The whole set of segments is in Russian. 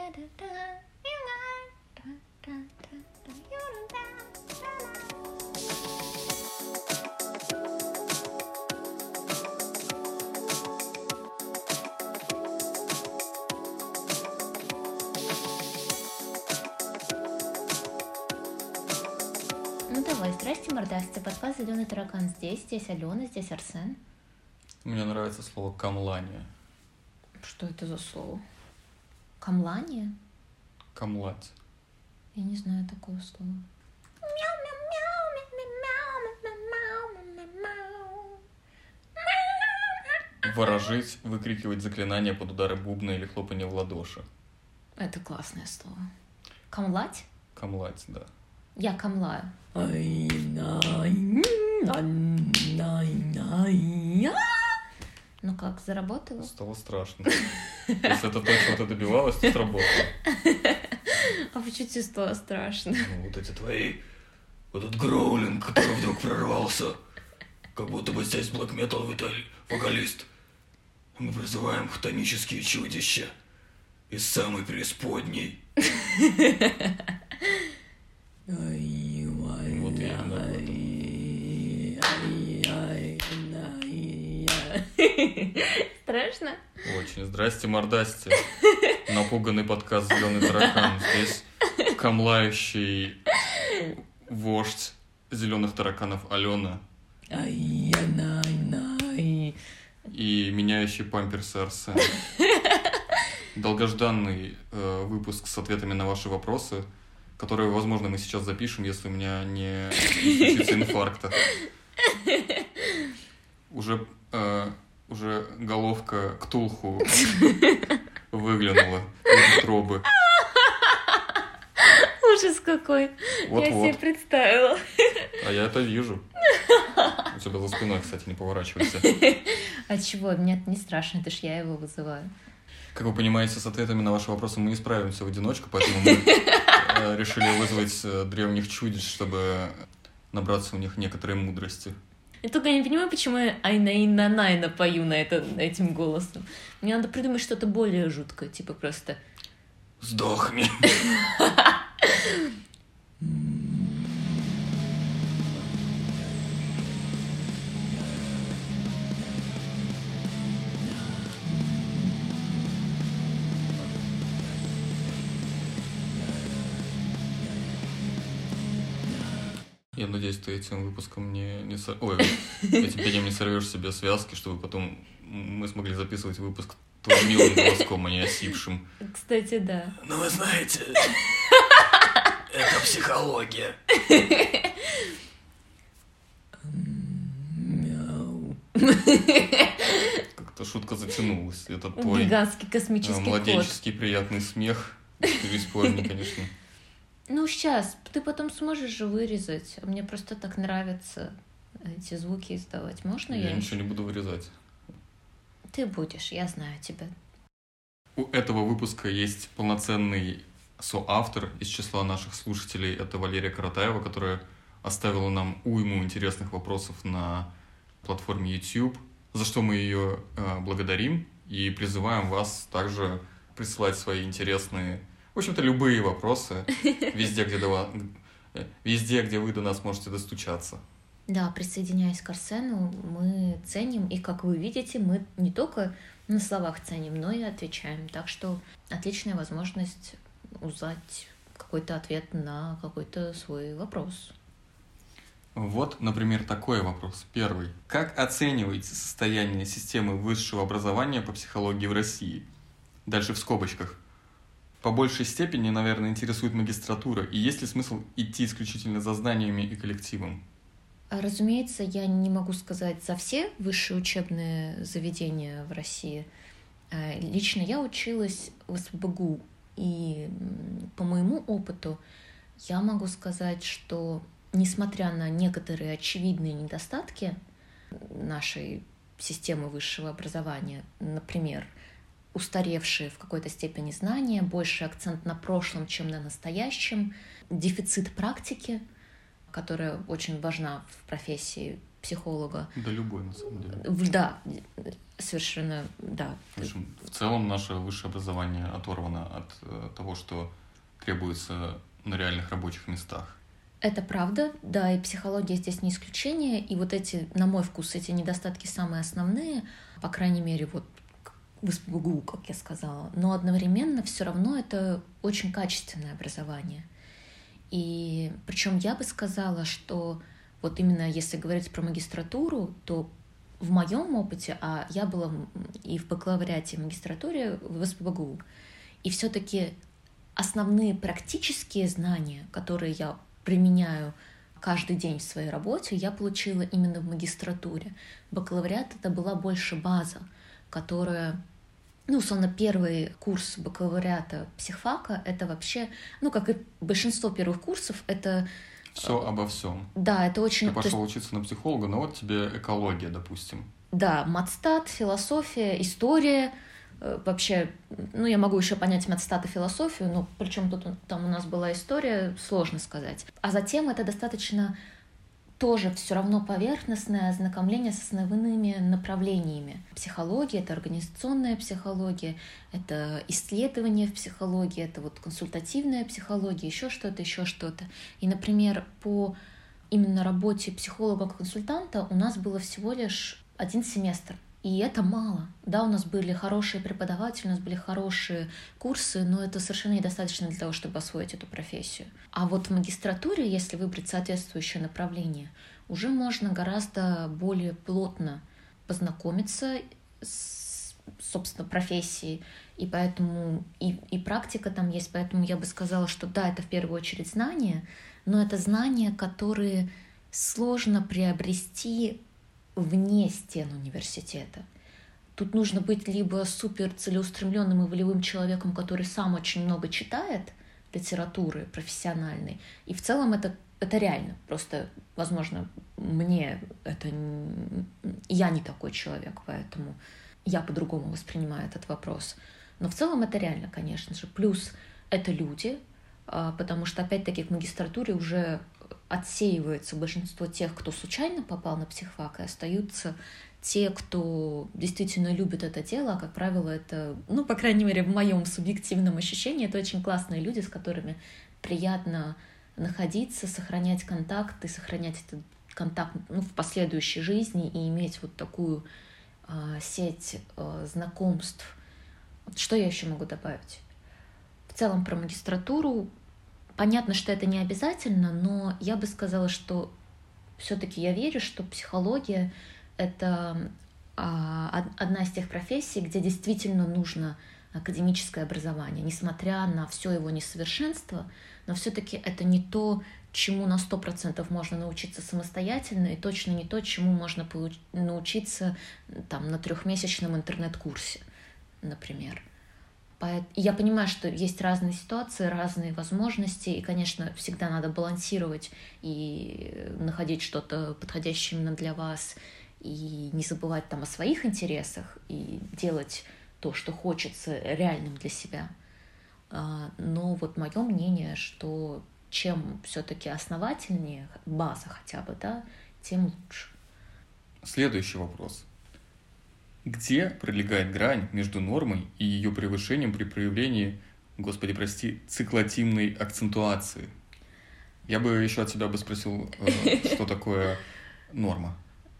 Ну давай, здрасте, мордасти, подкаст «Зеленый таракан» здесь Алена, здесь Арсен. Мне нравится слово «камлание». Что это за слово? Камлание? Камлать. Я не знаю такого слова. Ворожить, выкрикивать заклинания под удары бубна или хлопанье в ладоши. Это классное слово. Камлать? Камлать, да. Я камлаю. Ну как, заработало? Стало страшно. Если это то, чего ты добивалась, то сработало. А почему тебе стало страшно? Ну, вот эти твои... Вот этот гроулинг, который вдруг прорвался. Как будто бы здесь блэк метал вокалист. Мы призываем хтонические чудища из самой преисподней. Вот именно об этом. Страшно? Очень. Здрасте, мордасти. Напуганный подкаст «Зеленый таракан». Здесь камлающий вождь зеленых тараканов Алена. И меняющий памперсы Арсен. Долгожданный выпуск с ответами на ваши вопросы, которые, возможно, мы сейчас запишем, если у меня не случится инфаркта. Уже головка Ктулху выглянула из утробы. Ужас какой. Вот-вот. Я себе представила. А я это вижу. У тебя за спиной, кстати, не поворачивайся. А чего? Мне это не страшно, это ж я его вызываю. Как вы понимаете, с ответами на ваши вопросы мы не справимся в одиночку, поэтому мы решили вызвать древних чудищ, чтобы набраться у них некоторой мудрости. Я только не понимаю, почему я айна-ина-найна пою этим голосом. Мне надо придумать что-то более жуткое, типа просто... Сдохни. Я надеюсь, ты этим выпуском этим пением не сорвешь себе связки, чтобы потом мы смогли записывать выпуск твоим милым голоском, а не осипшим. Кстати, да. Ну, вы знаете, это психология. Как-то шутка затянулась. Это твой гигантский космический младенческий приятный смех. Переспорный, конечно. Ну, сейчас. Ты потом сможешь же вырезать. Мне просто так нравится эти звуки издавать. Можно я? Я ничего не буду вырезать. Ты будешь, я знаю тебя. У этого выпуска есть полноценный соавтор из числа наших слушателей. Это Валерия Каратаева, которая оставила нам уйму интересных вопросов на платформе YouTube, за что мы ее благодарим и призываем вас также присылать свои интересные, в общем-то, любые вопросы везде, где вы до нас можете достучаться. Да, присоединяясь к Арсену, мы ценим, и, как вы видите, мы не только на словах ценим, но и отвечаем. Так что отличная возможность узнать какой-то ответ на какой-то свой вопрос. Вот, например, такой вопрос. Первый. Как оцениваете состояние системы высшего образования по психологии в России? Дальше в скобочках. По большей степени, наверное, интересует магистратура, и есть ли смысл идти исключительно за знаниями и коллективом? Разумеется, я не могу сказать за все высшие учебные заведения в России. Лично я училась в СПбГУ, и по моему опыту я могу сказать, что несмотря на некоторые очевидные недостатки нашей системы высшего образования, например, устаревшие в какой-то степени знания, больший акцент на прошлом, чем на настоящем, дефицит практики, которая очень важна в профессии психолога. Да, любой, на самом деле. Да, совершенно, да. В общем, в целом наше высшее образование оторвано от того, что требуется на реальных рабочих местах. Это правда, да, и психология здесь не исключение, и вот эти, на мой вкус, эти недостатки самые основные, по крайней мере, вот в СПбГУ, как я сказала, но одновременно все равно это очень качественное образование. И причем я бы сказала, что вот именно если говорить про магистратуру, то в моем опыте, а я была и в бакалавриате, и в магистратуре в СПбГУ, и все-таки основные практические знания, которые я применяю каждый день в своей работе, я получила именно в магистратуре. Бакалавриат — это была больше база, которая, условно, первый курс бакалавриата психфака — это вообще, как и большинство первых курсов, это... Все обо всем. Да, это очень... Ты пошел учиться на психолога, но вот тебе экология, допустим. Да, матстат, философия, история. Вообще, я могу еще понять матстат и философию, но причем тут там у нас была история, сложно сказать. А затем это достаточно тоже все равно поверхностное ознакомление с основными направлениями. Психология — это организационная психология, это исследование в психологии, это вот консультативная психология, еще что-то. И, например, по именно работе психолога-консультанта у нас было всего лишь 1 семестр. И это мало. Да, у нас были хорошие преподаватели, у нас были хорошие курсы, но это совершенно недостаточно для того, чтобы освоить эту профессию. А вот в магистратуре, если выбрать соответствующее направление, уже можно гораздо более плотно познакомиться с, собственно, профессией, и поэтому и практика там есть, поэтому я бы сказала, что да, это в первую очередь знания, но это знания, которые сложно приобрести вне стен университета. Тут нужно быть либо супер целеустремленным и волевым человеком, который сам очень много читает литературы профессиональной, и в целом это реально. Просто, возможно, мне это... Я не такой человек, поэтому я по-другому воспринимаю этот вопрос. Но в целом это реально, конечно же. Плюс это люди, потому что, опять-таки, в магистратуре уже отсеивается большинство тех, кто случайно попал на психфак, и остаются те, кто действительно любит это дело, а, как правило, это, по крайней мере, в моем субъективном ощущении, это очень классные люди, с которыми приятно находиться, сохранять контакт и сохранять этот контакт в последующей жизни и иметь вот такую сеть знакомств. Что я еще могу добавить? В целом про магистратуру понятно, что это не обязательно, но я бы сказала, что все-таки я верю, что психология — это одна из тех профессий, где действительно нужно академическое образование, несмотря на все его несовершенство, но все-таки это не то, чему на 100% можно научиться самостоятельно, и точно не то, чему можно научиться на 3-месячном интернет-курсе, например. Я понимаю, что есть разные ситуации, разные возможности, и, конечно, всегда надо балансировать и находить что-то подходящее именно для вас, и не забывать о своих интересах, и делать то, что хочется, реальным для себя. Но вот мое мнение, что чем все-таки основательнее база хотя бы, да, тем лучше. Следующий вопрос. Где пролегает грань между нормой и ее превышением при проявлении, господи, прости, циклотимной акцентуации? Я бы еще от тебя спросил, что такое норма.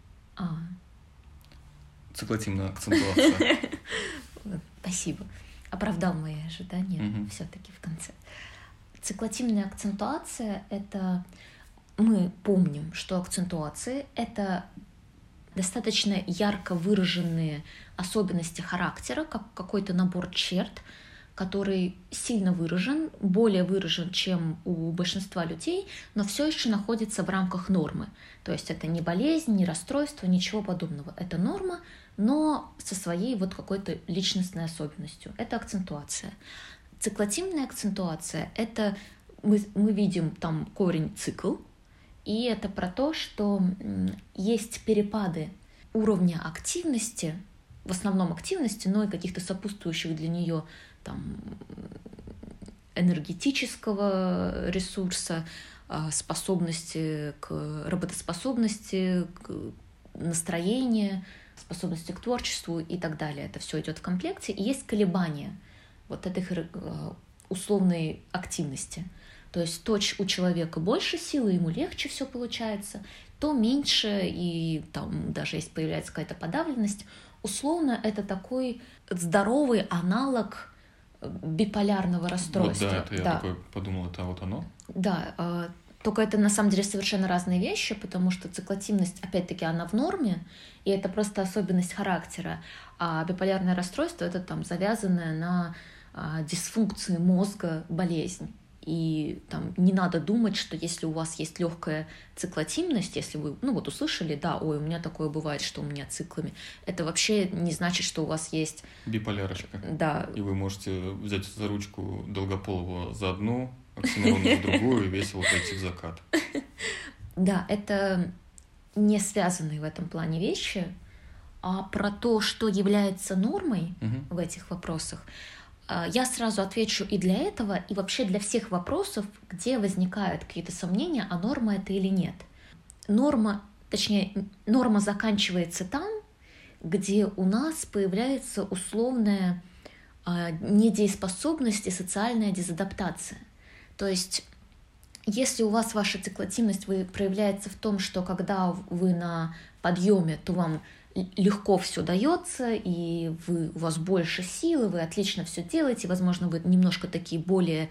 Циклотимная акцентуация. Спасибо. Оправдал мои ожидания все-таки в конце. Циклотимная акцентуация — это... Мы помним, что акцентуации — это достаточно ярко выраженные особенности характера, как какой-то набор черт, который сильно выражен, более выражен, чем у большинства людей, но все еще находится в рамках нормы. То есть это не болезнь, не расстройство, ничего подобного. Это норма, но со своей вот какой-то личностной особенностью. Это акцентуация. Циклотимная акцентуация — это мы видим там корень цикл, и это про то, что есть перепады уровня активности, в основном активности, но и каких-то сопутствующих для нее там энергетического ресурса, способности к работоспособности, к настроению, способности к творчеству и так далее. Это все идет в комплекте. И есть колебания вот этой условной активности. То есть то у человека больше силы, ему легче все получается, то меньше, и там даже если появляется какая-то подавленность, условно это такой здоровый аналог биполярного расстройства. Вот да, это я такой подумал, это вот оно? Да, только это на самом деле совершенно разные вещи, потому что циклотимность, опять-таки, она в норме, и это просто особенность характера, а биполярное расстройство — это там завязанное на дисфункции мозга болезнь. И там не надо думать, что если у вас есть легкая циклотимность, если вы, услышали, да, ой, у меня такое бывает, что у меня циклами, это вообще не значит, что у вас есть... биполярочка. Да. И вы можете взять за ручку Долгополова за одну, Оксимирона за другую и весело пойти в закат. Да, это не связанные в этом плане вещи, а про то, что является нормой в этих вопросах, я сразу отвечу и для этого, и вообще для всех вопросов, где возникают какие-то сомнения, а норма это или нет. Норма заканчивается там, где у нас появляется условная недееспособность и социальная дезадаптация. То есть, если у вас ваша циклотимность проявляется в том, что когда вы на подъеме, то вам легко все дается, и у вас больше силы, вы отлично все делаете, возможно, вы немножко такие более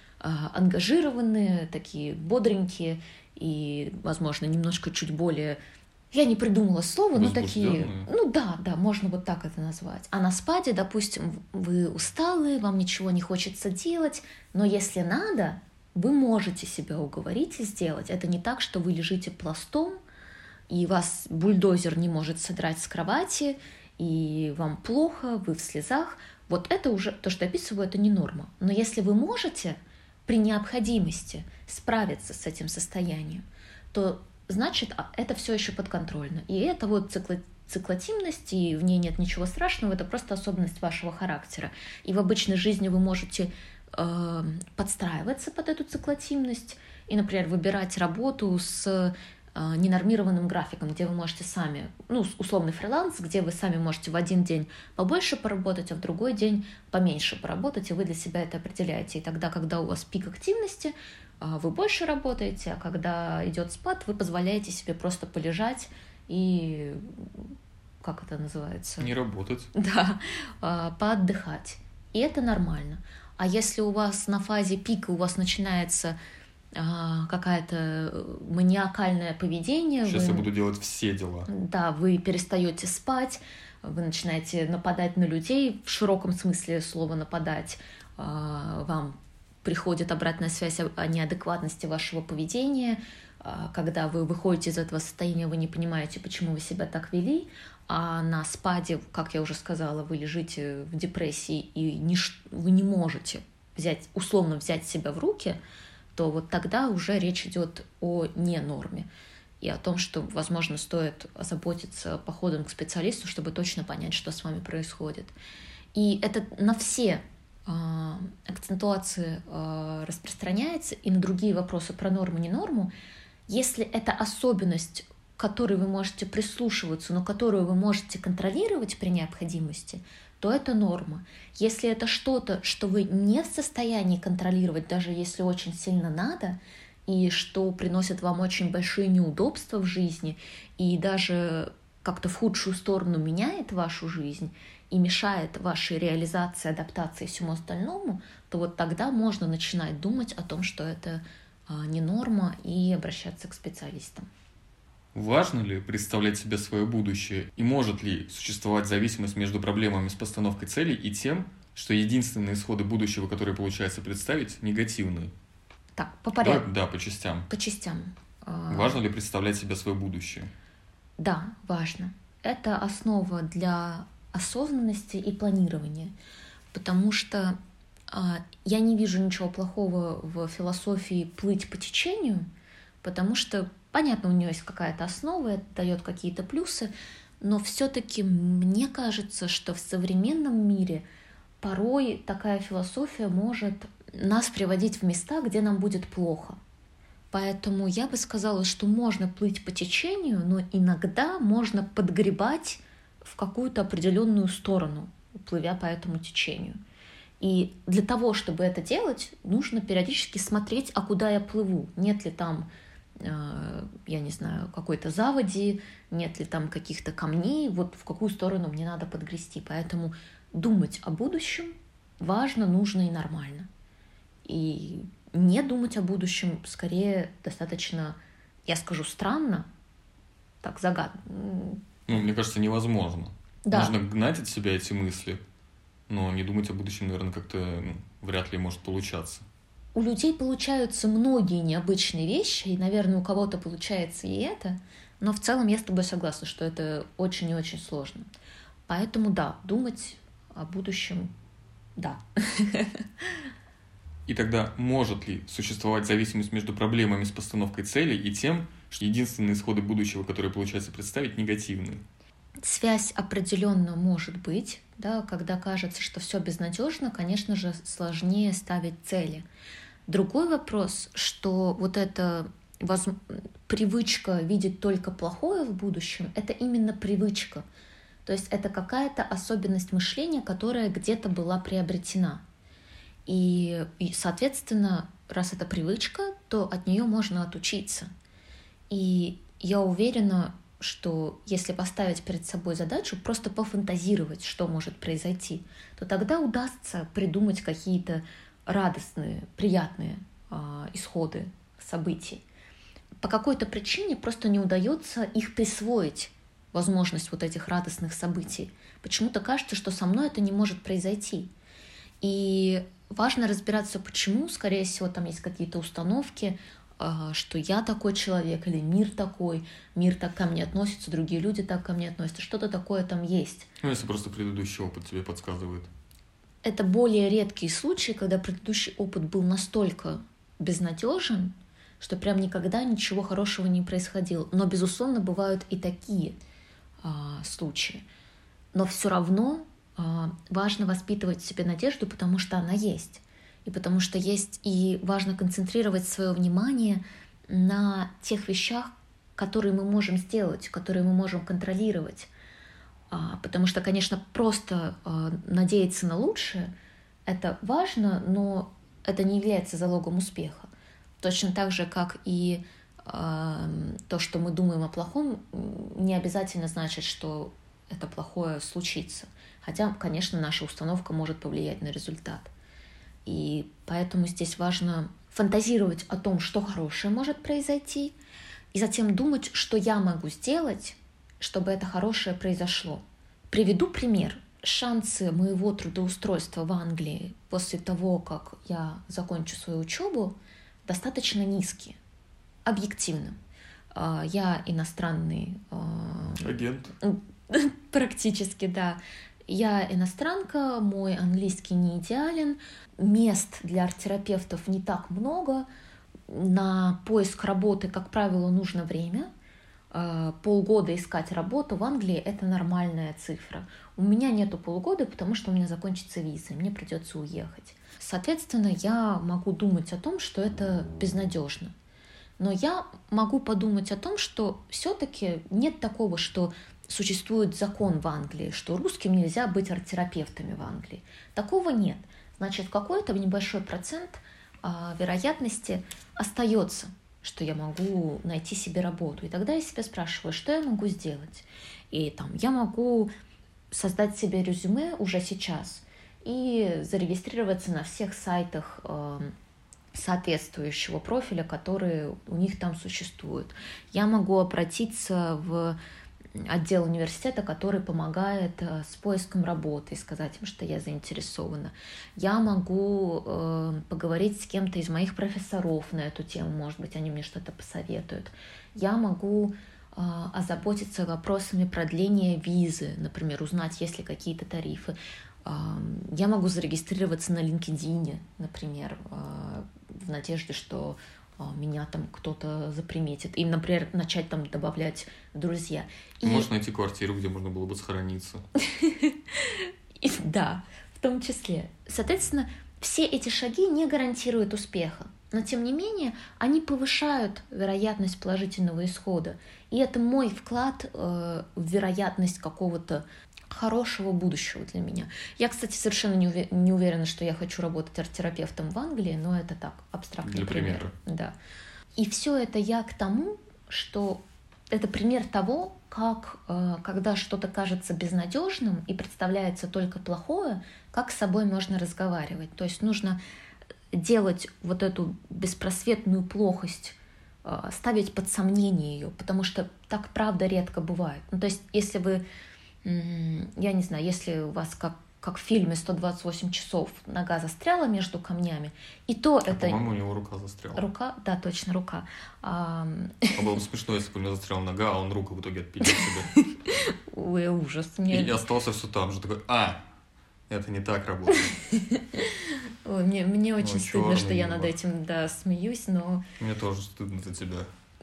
ангажированные, такие бодренькие, и, возможно, немножко чуть более... Я не придумала слово, но такие... Да, можно вот так это назвать. А на спаде, допустим, вы усталые, вам ничего не хочется делать, но если надо, вы можете себя уговорить и сделать. Это не так, что вы лежите пластом, и вас бульдозер не может содрать с кровати, и вам плохо, вы в слезах. Вот это уже, то, что я описываю, это не норма. Но если вы можете при необходимости справиться с этим состоянием, то значит, это все еще подконтрольно. И это вот циклотимность, и в ней нет ничего страшного, это просто особенность вашего характера. И в обычной жизни вы можете подстраиваться под эту циклотимность и, например, выбирать работу с ненормированным графиком, где вы можете сами, условный фриланс, где вы сами можете в один день побольше поработать, а в другой день поменьше поработать, и вы для себя это определяете. И тогда, когда у вас пик активности, вы больше работаете, а когда идет спад, вы позволяете себе просто полежать и, как это называется? Не работать. Да, поотдыхать. И это нормально. А если у вас на фазе пика у вас начинается какое-то маниакальное поведение. Сейчас я буду делать все дела. Да, вы перестаете спать, вы начинаете нападать на людей, в широком смысле слова нападать. Вам приходит обратная связь о неадекватности вашего поведения. Когда вы выходите из этого состояния, вы не понимаете, почему вы себя так вели, а на спаде, как я уже сказала, вы лежите в депрессии, и вы не можете условно взять себя в руки, то вот тогда уже речь идет о ненорме и о том, что, возможно, стоит озаботиться походом к специалисту, чтобы точно понять, что с вами происходит. И это на все акцентуации распространяется, и на другие вопросы про норму, не норму. Если это особенность, к которой вы можете прислушиваться, но которую вы можете контролировать при необходимости, то это норма. Если это что-то, что вы не в состоянии контролировать, даже если очень сильно надо, и что приносит вам очень большие неудобства в жизни, и даже как-то в худшую сторону меняет вашу жизнь и мешает вашей реализации, адаптации и всему остальному, то вот тогда можно начинать думать о том, что это не норма, и обращаться к специалистам. Важно ли представлять себе свое будущее, и может ли существовать зависимость между проблемами с постановкой целей и тем, что единственные исходы будущего, которые получается представить, негативные? Так, по порядку. Да, по частям. По частям. Важно ли представлять себе свое будущее? Да, важно. Это основа для осознанности и планирования, потому что я не вижу ничего плохого в философии плыть по течению, потому что, понятно, у нее есть какая-то основа, это дает какие-то плюсы, но все-таки мне кажется, что в современном мире порой такая философия может нас приводить в места, где нам будет плохо. Поэтому я бы сказала, что можно плыть по течению, но иногда можно подгребать в какую-то определенную сторону, плывя по этому течению. И для того, чтобы это делать, нужно периодически смотреть, а куда я плыву. Нет ли там, я не знаю, какой-то заводи, нет ли там каких-то камней, вот в какую сторону мне надо подгрести. Поэтому думать о будущем важно, нужно и нормально. И не думать о будущем скорее достаточно, я скажу, странно, так загадно. Мне кажется, невозможно. Да. Нужно гнать от себя эти мысли, но не думать о будущем, наверное, как-то вряд ли может получаться. У людей получаются многие необычные вещи, и, наверное, у кого-то получается и это, но в целом я с тобой согласна, что это очень и очень сложно. Поэтому да, думать о будущем, да. И тогда может ли существовать зависимость между проблемами с постановкой целей и тем, что единственные исходы будущего, которые получается представить, негативные? Связь определенно может быть, да, когда кажется, что все безнадежно, конечно же, сложнее ставить цели. Другой вопрос, что вот эта привычка видеть только плохое в будущем, это именно привычка. То есть это какая-то особенность мышления, которая где-то была приобретена. И, соответственно, раз это привычка, то от нее можно отучиться. И я уверена, что если поставить перед собой задачу, просто пофантазировать, что может произойти, то тогда удастся придумать какие-то радостные, приятные исходы событий. По какой-то причине просто не удается их присвоить, возможность вот этих радостных событий. Почему-то кажется, что со мной это не может произойти. И важно разбираться, почему. Скорее всего, там есть какие-то установки, что я такой человек, или мир так ко мне относится, другие люди так ко мне относятся, что-то такое там есть. Если просто предыдущий опыт тебе подсказывает. Это более редкие случаи, когда предыдущий опыт был настолько безнадежен, что прям никогда ничего хорошего не происходило. Но, безусловно, бывают и такие случаи. Но все равно важно воспитывать в себе надежду, потому что она есть. И потому что есть, и важно концентрировать свое внимание на тех вещах, которые мы можем сделать, которые мы можем контролировать. Потому что, конечно, просто надеяться на лучшее — это важно, но это не является залогом успеха. Точно так же, как и то, что мы думаем о плохом, не обязательно значит, что это плохое случится. Хотя, конечно, наша установка может повлиять на результат. И поэтому здесь важно фантазировать о том, что хорошее может произойти, и затем думать, что я могу сделать, чтобы это хорошее произошло. Приведу пример. Шансы моего трудоустройства в Англии после того, как я закончу свою учебу, достаточно низкие. Объективно. Я иностранный... Агент. Практически, да. Я иностранка, мой английский не идеален, мест для арт-терапевтов не так много, на поиск работы, как правило, нужно время. Полгода искать работу в Англии — это нормальная цифра. У меня нету полугода, потому что у меня закончится виза, и мне придется уехать. Соответственно, я могу думать о том, что это безнадежно. Но я могу подумать о том, что все-таки нет такого, что существует закон в Англии, что русским нельзя быть арт-терапевтами в Англии. Такого нет. Значит, какой-то небольшой процент вероятности остается, что я могу найти себе работу. И тогда я себя спрашиваю, что я могу сделать. И там я могу создать себе резюме уже сейчас и зарегистрироваться на всех сайтах соответствующего профиля, которые у них там существуют. Я могу обратиться в отдел университета, который помогает с поиском работы, и сказать им, что я заинтересована. Я могу поговорить с кем-то из моих профессоров на эту тему, может быть, они мне что-то посоветуют. Я могу озаботиться вопросами продления визы, например, узнать, есть ли какие-то тарифы. Я могу зарегистрироваться на LinkedIn, например, в надежде, что меня там кто-то заприметит. И, например, начать там добавлять друзья. Можно найти квартиру, где можно было бы сохраниться. Да, в том числе. Соответственно, все эти шаги не гарантируют успеха, но тем не менее они повышают вероятность положительного исхода. И это мой вклад в вероятность какого-то хорошего будущего для меня. Я, кстати, совершенно не уверена, что я хочу работать арт-терапевтом в Англии, но это так, абстрактный для пример. Да. И все это я к тому, что это пример того, как, когда что-то кажется безнадежным и представляется только плохое, как с собой можно разговаривать. То есть нужно делать вот эту беспросветную плохость, ставить под сомнение ее, потому что так правда редко бывает. Ну, то есть если вы, я не знаю, если у вас как в фильме «128 часов» нога застряла между камнями, и то это... По-моему, у него рука застряла. Рука? Да, точно, рука. Было бы смешно, если бы у него застряла нога, а он руку в итоге отпилил себе. Ой, ужас. И остался все там же. Такой, это не так работает. Ой, мне очень стыдно, что я над этим, да, смеюсь, но... Мне тоже стыдно за тебя.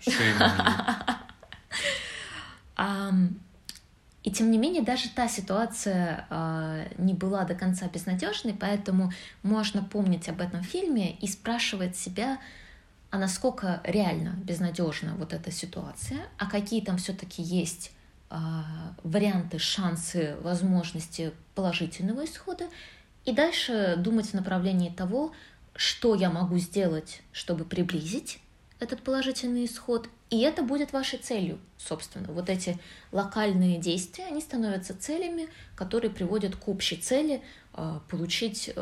И тем не менее, даже та ситуация не была до конца безнадежной, поэтому можно помнить об этом фильме и спрашивать себя, а насколько реально безнадежна вот эта ситуация, а какие там все-таки есть варианты, шансы, возможности положительного исхода, и дальше думать в направлении того, что я могу сделать, чтобы приблизить этот положительный исход, и это будет вашей целью, собственно. Вот эти локальные действия, они становятся целями, которые приводят к общей цели получить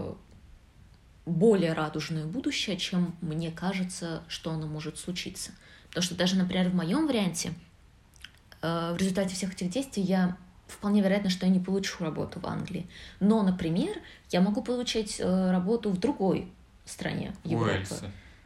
более радужное будущее, чем мне кажется, что оно может случиться. Потому что даже, например, в моем варианте, в результате всех этих действий я вполне вероятно, что я не получу работу в Англии. Но, например, я могу получить работу в другой стране Европы.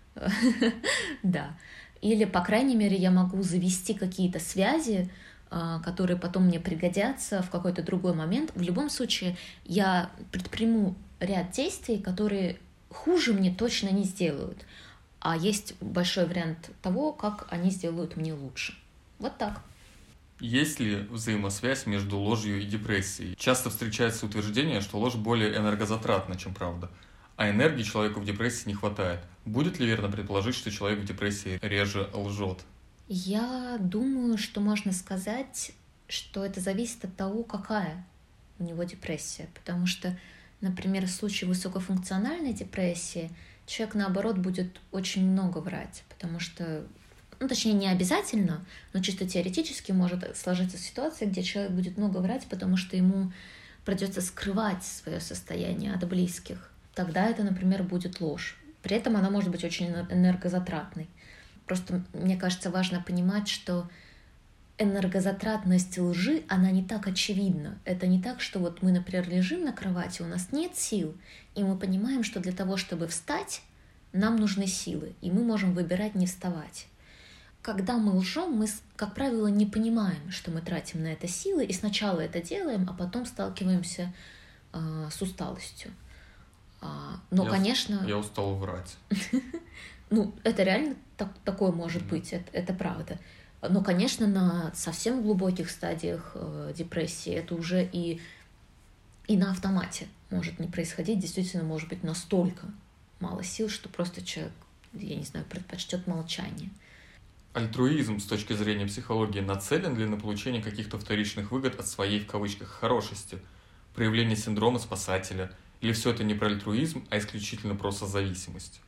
Да. Или, по крайней мере, я могу завести какие-то связи, которые потом мне пригодятся в какой-то другой момент. В любом случае, я предприму ряд действий, которые хуже мне точно не сделают. А есть большой вариант того, как они сделают мне лучше. Вот так. Есть ли взаимосвязь между ложью и депрессией? Часто встречается утверждение, что ложь более энергозатратна, чем правда, а энергии человеку в депрессии не хватает. Будет ли верно предположить, что человек в депрессии реже лжет? Я думаю, что можно сказать, что это зависит от того, какая у него депрессия. Потому что, например, в случае высокофункциональной депрессии человек, наоборот, будет очень много врать, потому что, точнее, не обязательно, но чисто теоретически может сложиться ситуация, где человек будет много врать, потому что ему придется скрывать свое состояние от близких. Тогда это, например, будет ложь. При этом она может быть очень энергозатратной. Просто, мне кажется, важно понимать, что энергозатратность лжи, она не так очевидна. Это не так, что вот мы, например, лежим на кровати, у нас нет сил, и мы понимаем, что для того, чтобы встать, нам нужны силы, и мы можем выбирать не вставать. Когда мы лжем, мы, как правило, не понимаем, что мы тратим на это силы, и сначала это делаем, а потом сталкиваемся с усталостью. Конечно... Я устал врать. Это реально такое может быть, это правда. Но, конечно, на совсем глубоких стадиях депрессии это уже и на автомате может не происходить. Действительно, может быть настолько мало сил, что просто человек, я не знаю, предпочтет молчание. Альтруизм с точки зрения психологии нацелен ли на получение каких-то вторичных выгод от своей, в кавычках, хорошести, проявление синдрома спасателя, или все это не про альтруизм, а исключительно про созависимость?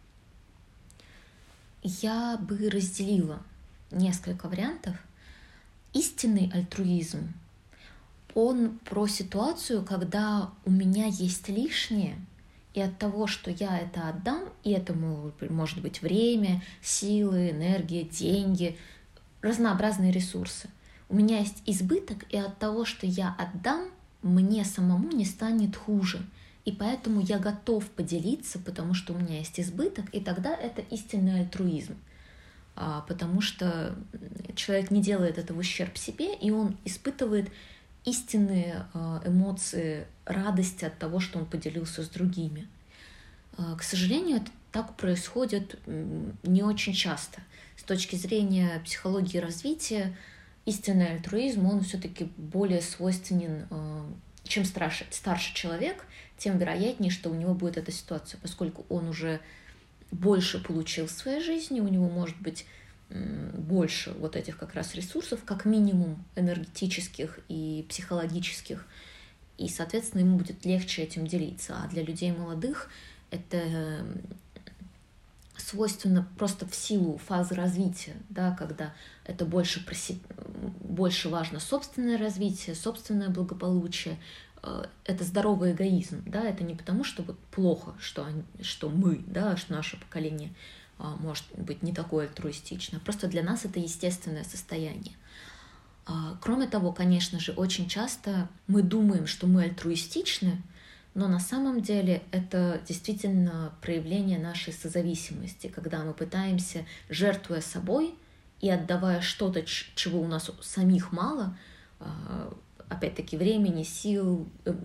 Я бы разделила несколько вариантов. Истинный альтруизм, он про ситуацию, когда у меня есть лишнее, и от того, что я это отдам, и это может быть время, силы, энергия, деньги, разнообразные ресурсы. У меня есть избыток, и от того, что я отдам, мне самому не станет хуже. И поэтому я готов поделиться, потому что у меня есть избыток, и тогда это истинный альтруизм. Потому что человек не делает это в ущерб себе, и он испытывает истинные эмоции радости от того, что он поделился с другими. К сожалению, это так происходит не очень часто. С точки зрения психологии развития, истинный альтруизм, он все-таки более свойственен чем старше человек, тем вероятнее, что у него будет эта ситуация, поскольку он уже больше получил в своей жизни, у него может быть больше вот этих как раз ресурсов, как минимум энергетических и психологических, и, соответственно, ему будет легче этим делиться. А для людей молодых это свойственно просто в силу фазы развития, да, когда это больше важно собственное развитие, собственное благополучие. Это здоровый эгоизм, да, это не потому, что вот плохо, что мы, да, что наше поколение может быть не такое альтруистичное, просто для нас это естественное состояние. Кроме того, конечно же, очень часто мы думаем, что мы альтруистичны, но на самом деле это действительно проявление нашей созависимости, когда мы пытаемся, жертвуя собой и отдавая что-то, чего у нас самих мало, опять-таки времени, сил,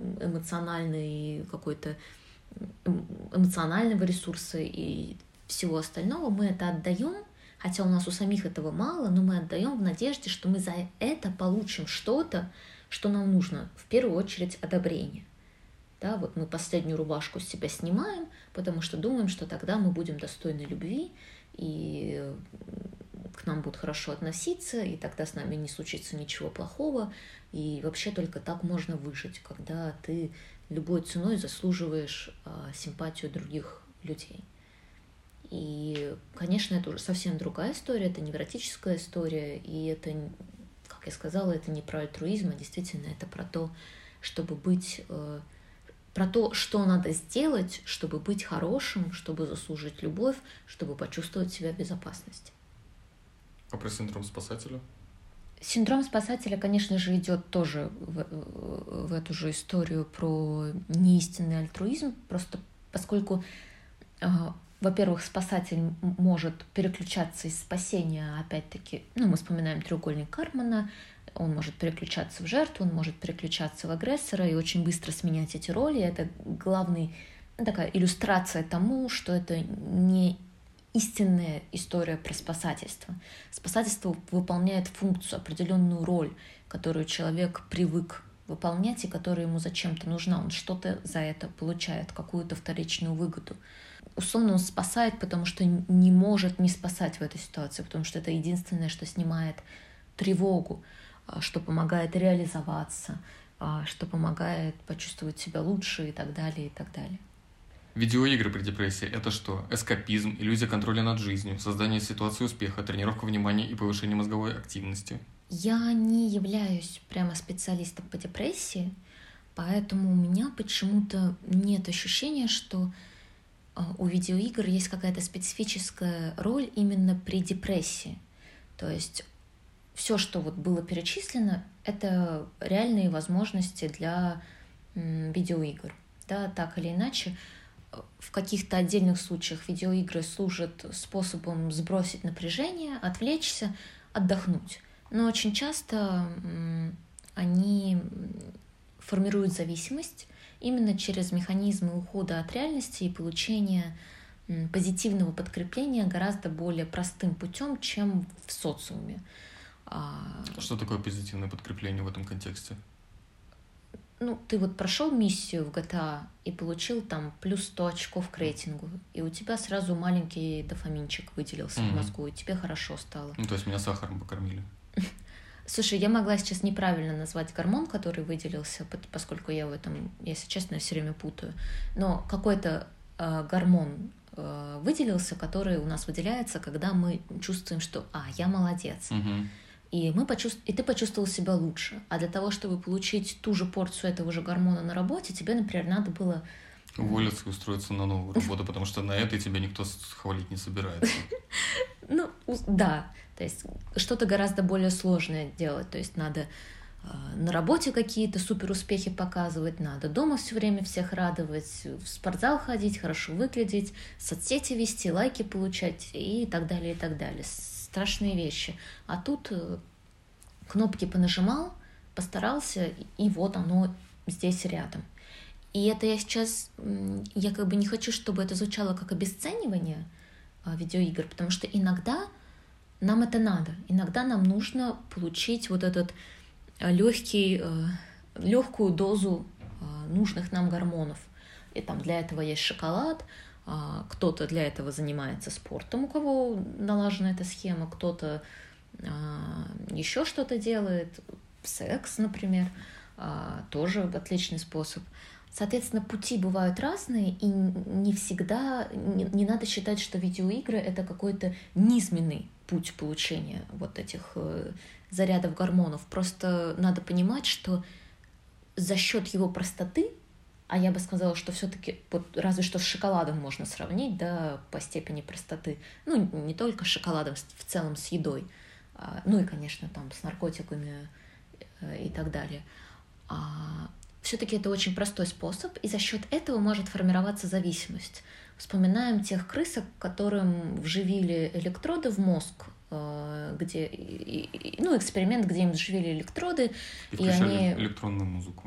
эмоционального ресурса и всего остального, мы это отдаем, хотя у нас у самих этого мало, но мы отдаем в надежде, что мы за это получим что-то, что нам нужно, в первую очередь одобрение. Да, вот мы последнюю рубашку с себя снимаем, потому что думаем, что тогда мы будем достойны любви, и к нам будут хорошо относиться, и тогда с нами не случится ничего плохого, и вообще только так можно выжить, когда ты любой ценой заслуживаешь симпатию других людей. И, конечно, это уже совсем другая история, это невротическая история, и это, как я сказала, это не про альтруизм, а действительно это про то, чтобы быть... про то, что надо сделать, чтобы быть хорошим, чтобы заслужить любовь, чтобы почувствовать себя в безопасности. А про синдром спасателя? Синдром спасателя, конечно же, идет тоже в эту же историю про неистинный альтруизм, просто поскольку, во-первых, спасатель может переключаться из спасения, опять-таки, мы вспоминаем треугольник Карпмана, он может переключаться в жертву, он может переключаться в агрессора и очень быстро сменять эти роли. Это такая иллюстрация тому, что это не истинная история про спасательство. Спасательство выполняет функцию, определенную роль, которую человек привык выполнять и которая ему зачем-то нужна. Он что-то за это получает, какую-то вторичную выгоду. Условно он спасает, потому что не может не спасать в этой ситуации, потому что это единственное, что снимает тревогу, что помогает реализоваться, что помогает почувствовать себя лучше и так далее, и так далее. Видеоигры при депрессии — это что? Эскапизм, иллюзия контроля над жизнью, создание ситуации успеха, тренировка внимания и повышение мозговой активности. Я не являюсь прямо специалистом по депрессии, поэтому у меня почему-то нет ощущения, что у видеоигр есть какая-то специфическая роль именно при депрессии. То есть все, что вот было перечислено, это реальные возможности для видеоигр. Да, так или иначе, в каких-то отдельных случаях видеоигры служат способом сбросить напряжение, отвлечься, отдохнуть. Но очень часто они формируют зависимость именно через механизмы ухода от реальности и получения позитивного подкрепления гораздо более простым путем, чем в социуме. Что такое позитивное подкрепление в этом контексте? Ты вот прошел миссию в GTA и получил там плюс 100 очков к рейтингу, и у тебя сразу маленький дофаминчик выделился в мозгу, и тебе хорошо стало. То есть меня сахаром покормили. Слушай, я могла сейчас неправильно назвать гормон, который выделился, поскольку я если честно, все время путаю. Но какой-то гормон выделился, который у нас выделяется, когда мы чувствуем, что я молодец. И ты почувствовал себя лучше. А для того, чтобы получить ту же порцию этого же гормона на работе, тебе, например, надо было... Уволиться и устроиться на новую работу, потому что на этой тебя никто хвалить не собирается. Да. То есть что-то гораздо более сложное делать. То есть надо на работе какие-то суперуспехи показывать, надо дома все время всех радовать, в спортзал ходить, хорошо выглядеть, соцсети вести, лайки получать и так далее, и так далее. Страшные вещи. А тут кнопки понажимал, постарался, и вот оно здесь рядом. И это я как бы не хочу, чтобы это звучало как обесценивание видеоигр, потому что иногда нам это надо. Иногда нам нужно получить вот этот легкую дозу нужных нам гормонов. И там для этого есть шоколад, кто-то для этого занимается спортом, у кого налажена эта схема, кто-то еще что-то делает, секс, например, тоже отличный способ. Соответственно, пути бывают разные, и не всегда, не надо считать, что видеоигры — это какой-то низменный путь получения вот этих зарядов гормонов. Просто надо понимать, что за счет его простоты, а я бы сказала, что все-таки вот разве что с шоколадом можно сравнить, да, по степени простоты. Ну, не только с шоколадом, в целом с едой. Ну и, конечно, там с наркотиками и так далее. Все-таки это очень простой способ, и за счет этого может формироваться зависимость. Вспоминаем тех крысок, которым вживили электроды в мозг, где, ну, эксперимент, где им вживили электроды, и они электронную музыку.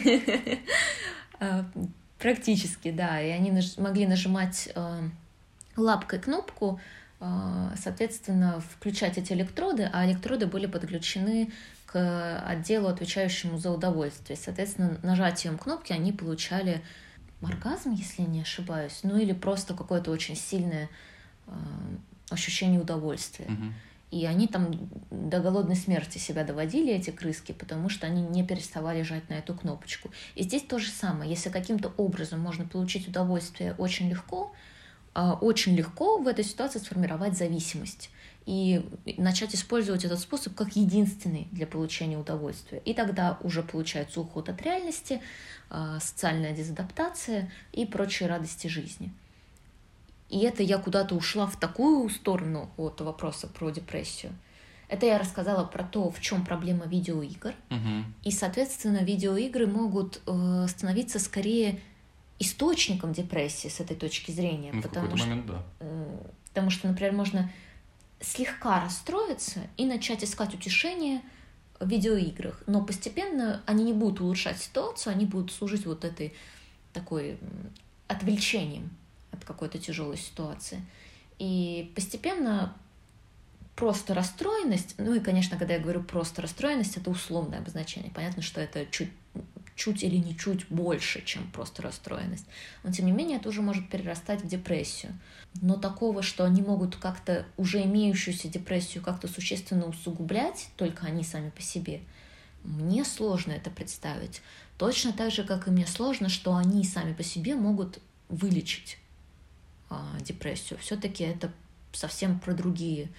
Практически, да, и они могли нажимать лапкой кнопку, соответственно, включать эти электроды, а электроды были подключены к отделу, отвечающему за удовольствие. Соответственно, нажатием кнопки они получали оргазм, если не ошибаюсь, ну или просто какое-то очень сильное ощущение удовольствия. Угу. И они там до голодной смерти себя доводили, эти крыски, потому что они не переставали жать на эту кнопочку. И здесь то же самое. Если каким-то образом можно получить удовольствие очень легко в этой ситуации сформировать зависимость и начать использовать этот способ как единственный для получения удовольствия. И тогда уже получается уход от реальности, социальная дезадаптация и прочие радости жизни. И это я куда-то ушла в такую сторону от вопроса про депрессию. Это я рассказала про то, в чем проблема видеоигр. Угу. И, соответственно, видеоигры могут становиться скорее источником депрессии с этой точки зрения. Ну, в какой-то момент, да. Потому что, например, можно слегка расстроиться и начать искать утешение в видеоиграх. Но постепенно они не будут улучшать ситуацию, они будут служить вот этой такой отвлечением от какой-то тяжелой ситуации. И постепенно просто расстроенность, ну и, конечно, когда я говорю просто расстроенность, это условное обозначение. Понятно, что это чуть или не чуть больше, чем просто расстроенность. Но, тем не менее, это уже может перерастать в депрессию. Но такого, что они могут как-то уже имеющуюся депрессию как-то существенно усугублять, только они сами по себе, мне сложно это представить. Точно так же, как и мне сложно, что они сами по себе могут вылечить депрессию. Все-таки это совсем про другие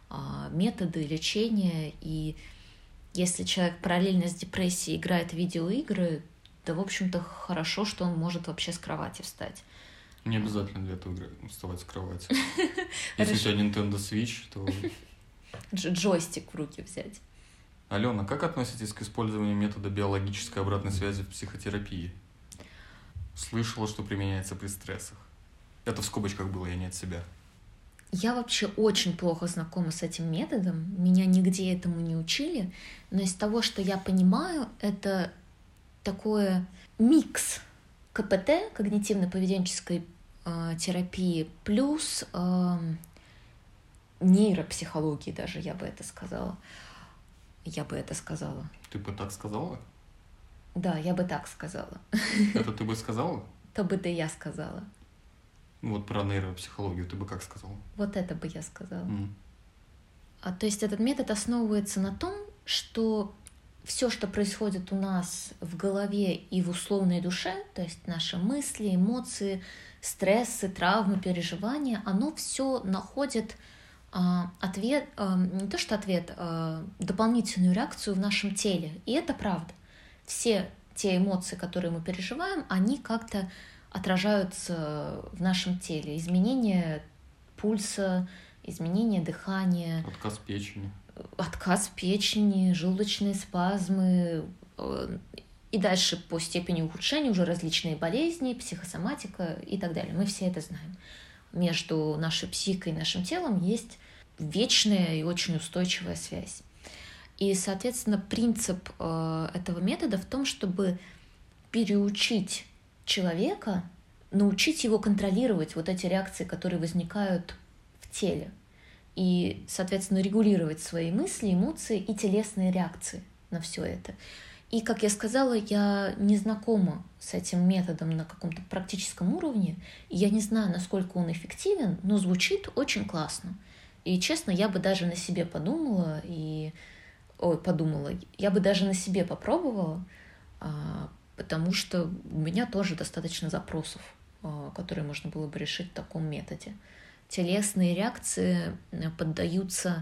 методы лечения, и если человек параллельно с депрессией играет в видеоигры, то, в общем-то, хорошо, что он может вообще с кровати встать. Не обязательно для этого вставать с кровати. Если у тебя Nintendo Switch, то... Джойстик в руки взять. Алена, как относитесь к использованию метода биологической обратной связи в психотерапии? Слышала, что применяется при стрессах. Это в скобочках было, я не от себя. Я вообще очень плохо знакома с этим методом, меня нигде этому не учили, но из того, что я понимаю, это такой микс КПТ, когнитивно-поведенческой терапии, плюс нейропсихологии даже, я бы это сказала. Ты бы так сказала? Да, я бы так сказала. Это ты бы сказала? То бы да я сказала. Вот про нейропсихологию ты бы как сказала? Вот это бы я сказала. То есть этот метод основывается на том, что все, что происходит у нас в голове и в условной душе, то есть наши мысли, эмоции, стрессы, травмы, переживания, оно все находит ответ, не то что ответ, дополнительную реакцию в нашем теле. И это правда. Все те эмоции, которые мы переживаем, они как-то отражаются в нашем теле. Изменение пульса, изменение дыхания. Отказ печени, желудочные спазмы. И дальше по степени ухудшения уже различные болезни, психосоматика и так далее. Мы все это знаем. Между нашей психикой и нашим телом есть вечная и очень устойчивая связь. И, соответственно, принцип этого метода в том, чтобы переучить человека, научить его контролировать вот эти реакции, которые возникают в теле, и, соответственно, регулировать свои мысли, эмоции и телесные реакции на все это. И, как я сказала, я не знакома с этим методом на каком-то практическом уровне, и я не знаю, насколько он эффективен, но звучит очень классно. И, честно, я бы даже на себе подумала, я бы даже на себе попробовала, потому что у меня тоже достаточно запросов, которые можно было бы решить в таком методе. Телесные реакции поддаются,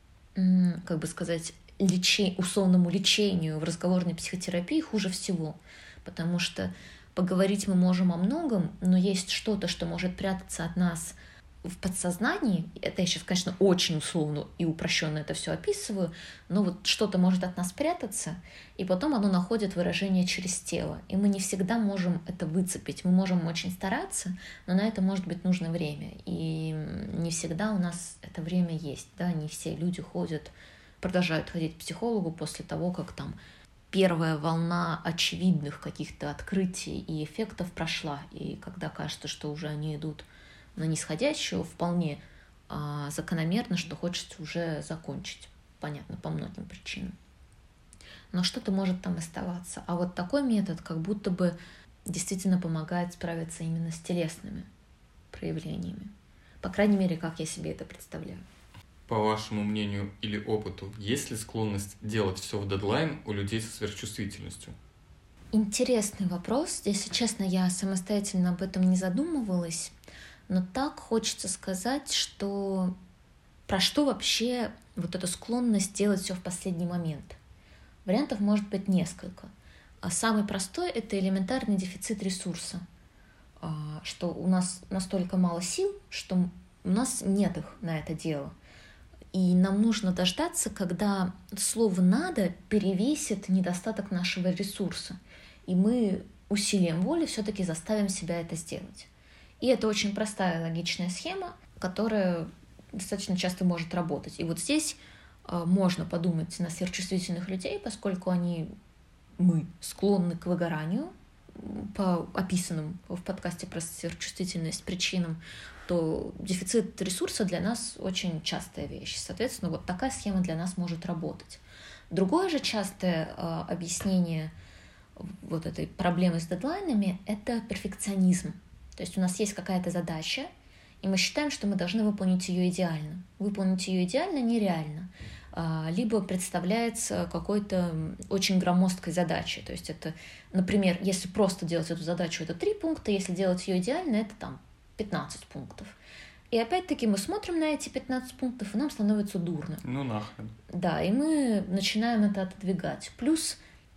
как бы сказать, условному лечению в разговорной психотерапии хуже всего, потому что поговорить мы можем о многом, но есть что-то, что может прятаться от нас в подсознании. Это я сейчас, конечно, очень условно и упрощенно это все описываю, но вот что-то может от нас прятаться, и потом оно находит выражение через тело, и мы не всегда можем это выцепить. Мы можем очень стараться, но на это может быть нужно время, и не всегда у нас это время есть, да, не все люди продолжают ходить к психологу после того, как там первая волна очевидных каких-то открытий и эффектов прошла, и когда кажется, что уже они идут на нисходящую, вполне закономерно, что хочется уже закончить. Понятно, по многим причинам. Но что-то может там оставаться. А вот такой метод как будто бы действительно помогает справиться именно с телесными проявлениями. По крайней мере, как я себе это представляю. По вашему мнению или опыту, есть ли склонность делать все в дедлайн у людей со сверхчувствительностью? Интересный вопрос. Если честно, я самостоятельно об этом не задумывалась. Но так хочется сказать, что про что вообще вот эта склонность делать все в последний момент. Вариантов может быть несколько. А самый простой — это элементарный дефицит ресурса, что у нас настолько мало сил, что у нас нет их на это дело. И нам нужно дождаться, когда слово «надо» перевесит недостаток нашего ресурса, и мы усилием воли все-таки заставим себя это сделать. И это очень простая логичная схема, которая достаточно часто может работать. И вот здесь можно подумать на сверхчувствительных людей, поскольку мы склонны к выгоранию по описанным в подкасте про сверхчувствительность причинам, то дефицит ресурса для нас очень частая вещь. Соответственно, вот такая схема для нас может работать. Другое же частое объяснение вот этой проблемы с дедлайнами — это перфекционизм. То есть у нас есть какая-то задача, и мы считаем, что мы должны выполнить ее идеально. Выполнить ее идеально нереально. Либо представляется какой-то очень громоздкой задачей. То есть это, например, если просто делать эту задачу, это 3 пункта, если делать ее идеально, это там 15 пунктов. И опять-таки мы смотрим на эти 15 пунктов, и нам становится дурно. Ну нахрен. Да, и мы начинаем это отодвигать. Плюс,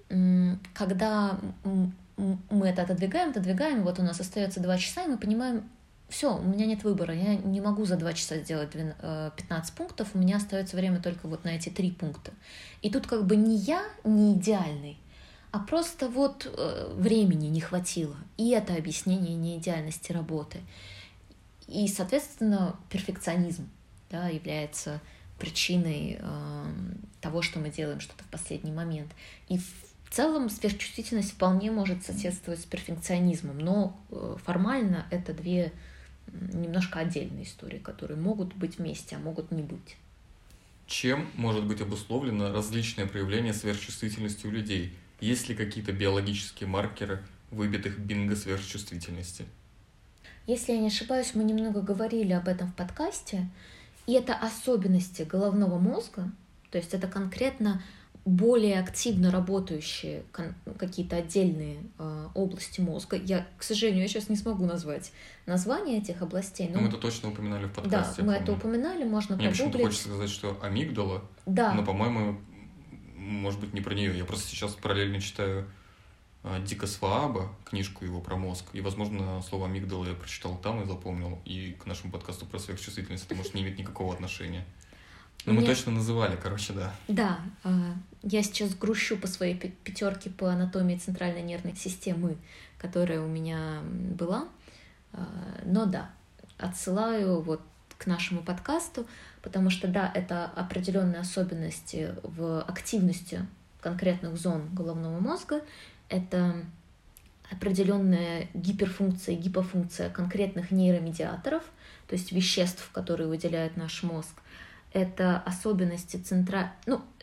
когда мы это отодвигаем, вот у нас остается 2 часа, и мы понимаем, все, у меня нет выбора, я не могу за 2 часа сделать 15 пунктов, у меня остается время только вот на эти 3 пункта. И тут как бы не я не идеальный, а просто вот времени не хватило. И это объяснение неидеальности работы. И, соответственно, перфекционизм, да, является причиной того, что мы делаем что-то в последний момент. И в целом сверхчувствительность вполне может соседствовать с перфекционизмом, но формально это 2 немножко отдельные истории, которые могут быть вместе, а могут не быть. Чем может быть обусловлено различное проявление сверхчувствительности у людей? Есть ли какие-то биологические маркеры выбитых бинго сверхчувствительности? Если я не ошибаюсь, мы немного говорили об этом в подкасте, и это особенности головного мозга, то есть это конкретно более активно работающие какие-то отдельные области мозга. Я, к сожалению, сейчас не смогу назвать название этих областей. Но мы это точно упоминали в подкасте. Да, мы это упоминали, можно Мне погуглить. почему-то хочется сказать, что амигдала, да. Но, по-моему, может быть, не про нее. Я просто сейчас параллельно читаю Дика Свааба, книжку его про мозг, и, возможно, слово амигдала я прочитал там и запомнил, и к нашему подкасту про сверхчувствительность это, может, не имеет никакого отношения. Но мы точно называли, короче, да. Да, я сейчас грущу по своей 5 по анатомии центральной нервной системы, которая у меня была, но да, отсылаю вот к нашему подкасту, потому что, да, это определенные особенности в активности конкретных зон головного мозга, это определенная гиперфункция и гипофункция конкретных нейромедиаторов, то есть веществ, которые выделяет наш мозг. Это особенности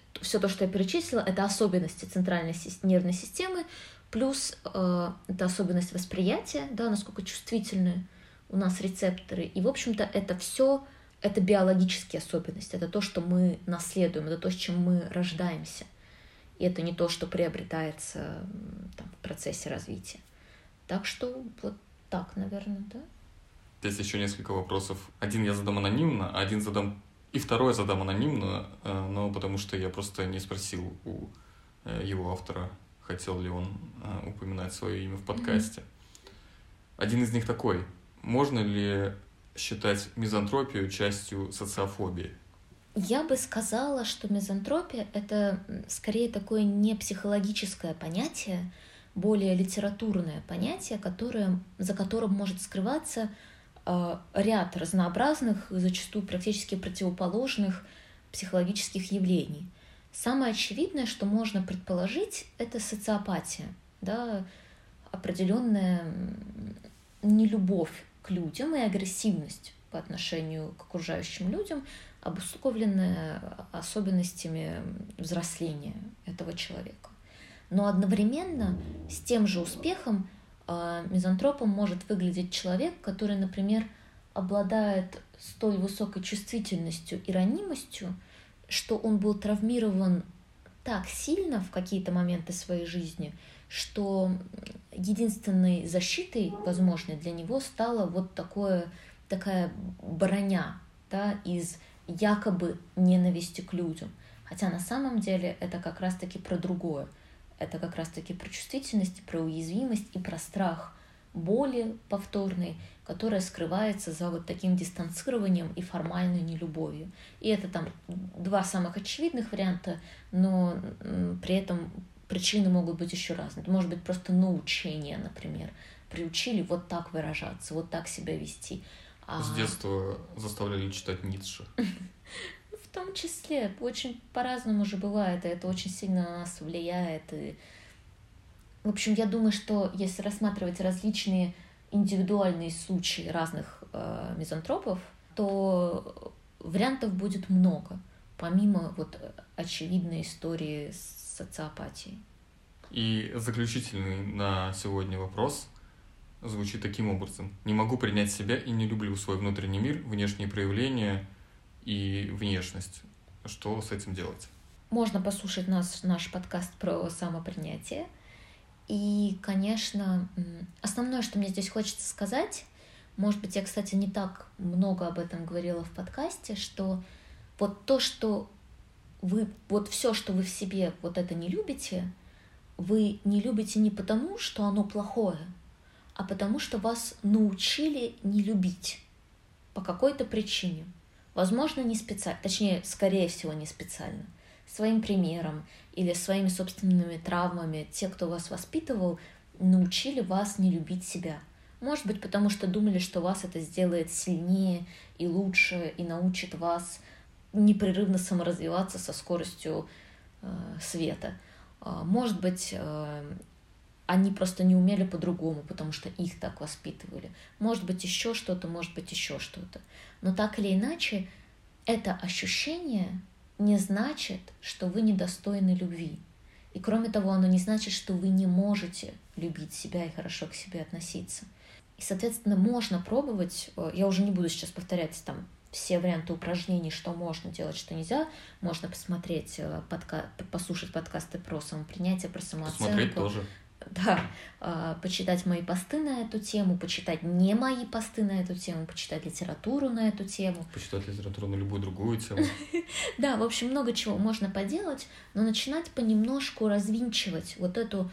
все то, что я перечислила, это особенности центральной нервной системы, плюс это особенность восприятия, да, насколько чувствительны у нас рецепторы. И, в общем-то, это все, это биологические особенности, это то, что мы наследуем, это то, с чем мы рождаемся. И это не то, что приобретается там, в процессе развития. Так что вот так, наверное, да. Здесь еще несколько вопросов. Один я задам анонимно, а один задам... И второй задам анонимно, но потому что я просто не спросил у его автора, хотел ли он упоминать свое имя в подкасте. Один из них такой. Можно ли считать мизантропию частью социофобии? Я бы сказала, что мизантропия — это скорее такое не психологическое понятие, более литературное понятие, за которым может скрываться ряд разнообразных, зачастую практически противоположных психологических явлений. Самое очевидное, что можно предположить, это социопатия, да, определенная нелюбовь к людям и агрессивность по отношению к окружающим людям, обусловленная особенностями взросления этого человека. Но одновременно с тем же успехом мизантропом может выглядеть человек, который, например, обладает столь высокой чувствительностью и ранимостью, что он был травмирован так сильно в какие-то моменты своей жизни, что единственной защитой, возможной для него, стала вот такая броня, да, из якобы ненависти к людям. Хотя на самом деле это как раз-таки про другое. Это как раз-таки про чувствительность, про уязвимость и про страх боли повторной, которая скрывается за вот таким дистанцированием и формальной нелюбовью. И это там два самых очевидных варианта, но при этом причины могут быть еще разные. Это может быть просто научение, например. Приучили вот так выражаться, вот так себя вести. С детства заставляли читать Ницше. В том числе, очень по-разному же бывает, и это очень сильно на нас влияет. И... В общем, я думаю, что если рассматривать различные индивидуальные случаи разных мизантропов, то вариантов будет много, помимо вот очевидной истории с социопатией. И заключительный на сегодня вопрос звучит таким образом. Не могу принять себя и не люблю свой внутренний мир, внешние проявления и внешность. Что с этим делать? Можно послушать наш подкаст про самопринятие. И, конечно, основное, что мне здесь хочется сказать, может быть, я, кстати, не так много об этом говорила в подкасте, что вот то, что вы, вот все, что вы в себе вот это не любите, вы не любите не потому, что оно плохое, а потому что вас научили не любить по какой-то причине. Возможно, не специально, точнее, скорее всего, не специально. Своим примером или своими собственными травмами те, кто вас воспитывал, научили вас не любить себя. Может быть, потому что думали, что вас это сделает сильнее и лучше, и научит вас непрерывно саморазвиваться со скоростью света. Может быть, они просто не умели по-другому, потому что их так воспитывали. Может быть, еще что-то, может быть, еще что-то. Но так или иначе, это ощущение не значит, что вы недостойны любви. И кроме того, оно не значит, что вы не можете любить себя и хорошо к себе относиться. И, соответственно, можно пробовать, я уже не буду сейчас повторять там все варианты упражнений, что можно делать, что нельзя. Можно посмотреть, послушать подкасты про самопринятие, про самооценку. Посмотреть тоже. Да, почитать мои посты на эту тему, почитать не мои посты на эту тему, почитать литературу на эту тему. Почитать литературу на любую другую тему. Да, в общем, много чего можно поделать, но начинать понемножку развинчивать вот эту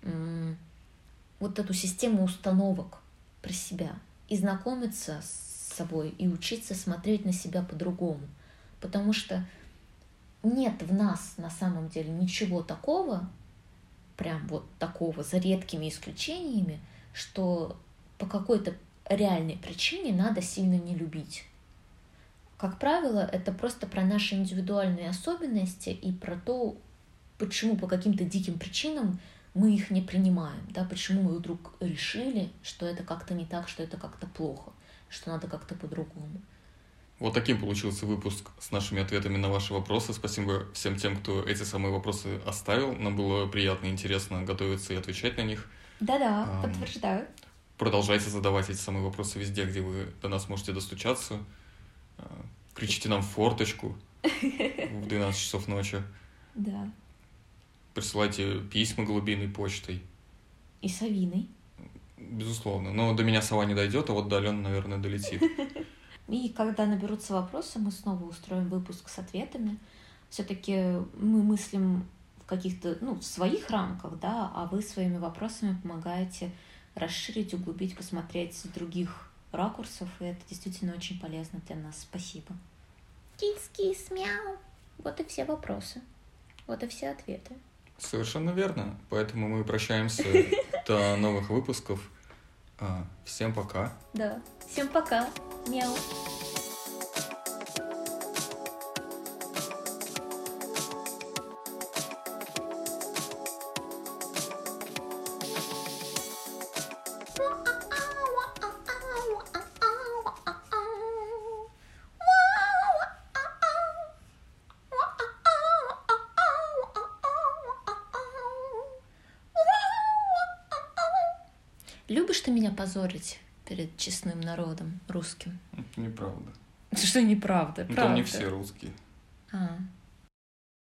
систему установок про себя и знакомиться с собой, и учиться смотреть на себя по-другому. Потому что нет в нас на самом деле ничего такого, прям вот такого, за редкими исключениями, что по какой-то реальной причине надо сильно не любить. Как правило, это просто про наши индивидуальные особенности и про то, почему по каким-то диким причинам мы их не принимаем, да, почему мы вдруг решили, что это как-то не так, что это как-то плохо, что надо как-то по-другому. Вот таким получился выпуск с нашими ответами на ваши вопросы. Спасибо всем тем, кто эти самые вопросы оставил. Нам было приятно и интересно готовиться и отвечать на них. Да-да, подтверждаю. Продолжайте задавать эти самые вопросы везде, где вы до нас можете достучаться. Кричите нам в форточку в 12 часов ночи. Да. Присылайте письма голубиной почтой. И совиной. Безусловно. Но до меня сова не дойдет, а вот до Алены, наверное, долетит. И когда наберутся вопросы, мы снова устроим выпуск с ответами. Все-таки мы мыслим в каких-то, в своих рамках, да, а вы своими вопросами помогаете расширить, углубить, посмотреть с других ракурсов, и это действительно очень полезно для нас. Спасибо. Кис-кис, мяу. Вот и все вопросы. Вот и все ответы. Совершенно верно. Поэтому мы прощаемся до новых выпусков. Всем пока. Да. Всем пока. Мяу. Любишь ты меня позорить перед честным народом русским? Это неправда. Что неправда? Там не все русские.